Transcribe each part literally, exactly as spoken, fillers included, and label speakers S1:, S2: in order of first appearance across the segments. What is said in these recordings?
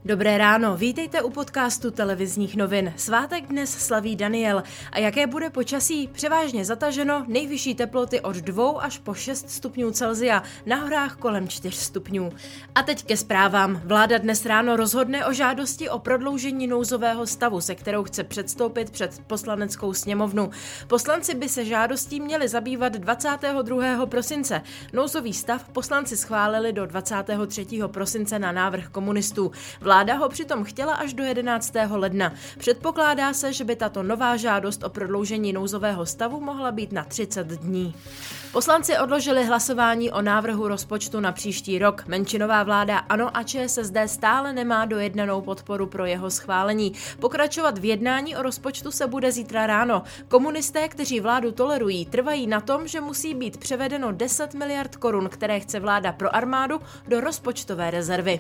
S1: Dobré ráno, vítejte u podcastu televizních novin. Svátek dnes slaví Daniel. A jaké bude počasí? Převážně zataženo, nejvyšší teploty od dvou až po šest stupňů Celsia, na horách kolem čtyř stupňů. A teď ke zprávám. Vláda dnes ráno rozhodne o žádosti o prodloužení nouzového stavu, se kterou chce předstoupit před poslaneckou sněmovnu. Poslanci by se žádostí měli zabývat dvacátého druhého prosince. Nouzový stav poslanci schválili do dvacátého třetího prosince na návrh komunistů. Vláda ho přitom chtěla až do jedenáctého ledna. Předpokládá se, že by tato nová žádost o prodloužení nouzového stavu mohla být na třicet dní. Poslanci odložili hlasování o návrhu rozpočtu na příští rok. Menšinová vláda ANO a ČSSD stále nemá dojednanou podporu pro jeho schválení. Pokračovat v jednání o rozpočtu se bude zítra ráno. Komunisté, kteří vládu tolerují, trvají na tom, že musí být převedeno deset miliard korun, které chce vláda pro armádu, do rozpočtové rezervy.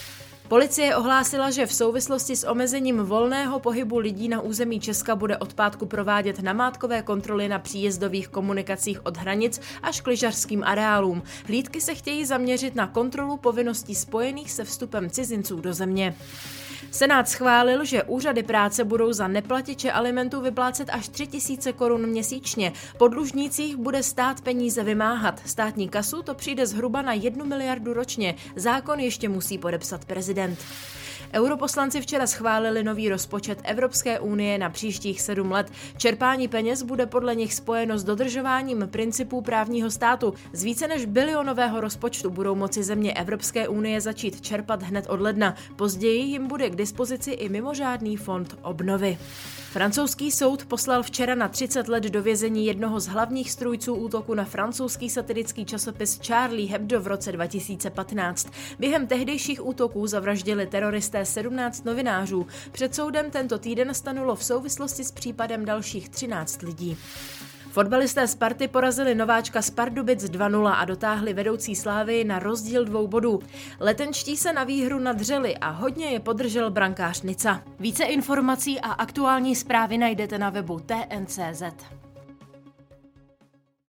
S1: Policie ohlásila, že v souvislosti s omezením volného pohybu lidí na území Česka bude od pátku provádět namátkové kontroly na příjezdových komunikacích od hranic až k lyžařským areálům. Hlídky se chtějí zaměřit na kontrolu povinností spojených se vstupem cizinců do země. Senát schválil, že úřady práce budou za neplatiče alimentů vyplácet až tři tisíce korun měsíčně. Po dlužnících bude stát peníze vymáhat. Státní kasu to přijde zhruba na jednu miliardu ročně. Zákon ještě musí podepsat prezident. Europoslanci včera schválili nový rozpočet Evropské unie na příštích sedm let. Čerpání peněz bude podle nich spojeno s dodržováním principů právního státu. Z více než bilionového rozpočtu budou moci země Evropské unie začít čerpat hned od ledna. Později jim bude k dispozici i mimořádný fond obnovy. Francouzský soud poslal včera na třicet let do vězení jednoho z hlavních strůjců útoku na francouzský satirický časopis Charlie Hebdo v roce dva tisíce patnáct. Během tehdejších útoků zavraždili teroristé sedmnáct novinářů. Před soudem tento týden stanulo v souvislosti s případem dalších třináct lidí. Fotbalisté Sparty porazili nováčka z Pardubic dva nula a dotáhli vedoucí Slávii na rozdíl dvou bodů. Letenčtí se na výhru nadřeli a hodně je podržel brankář Nica. Více informací a aktuální zprávy najdete na webu T N C Z.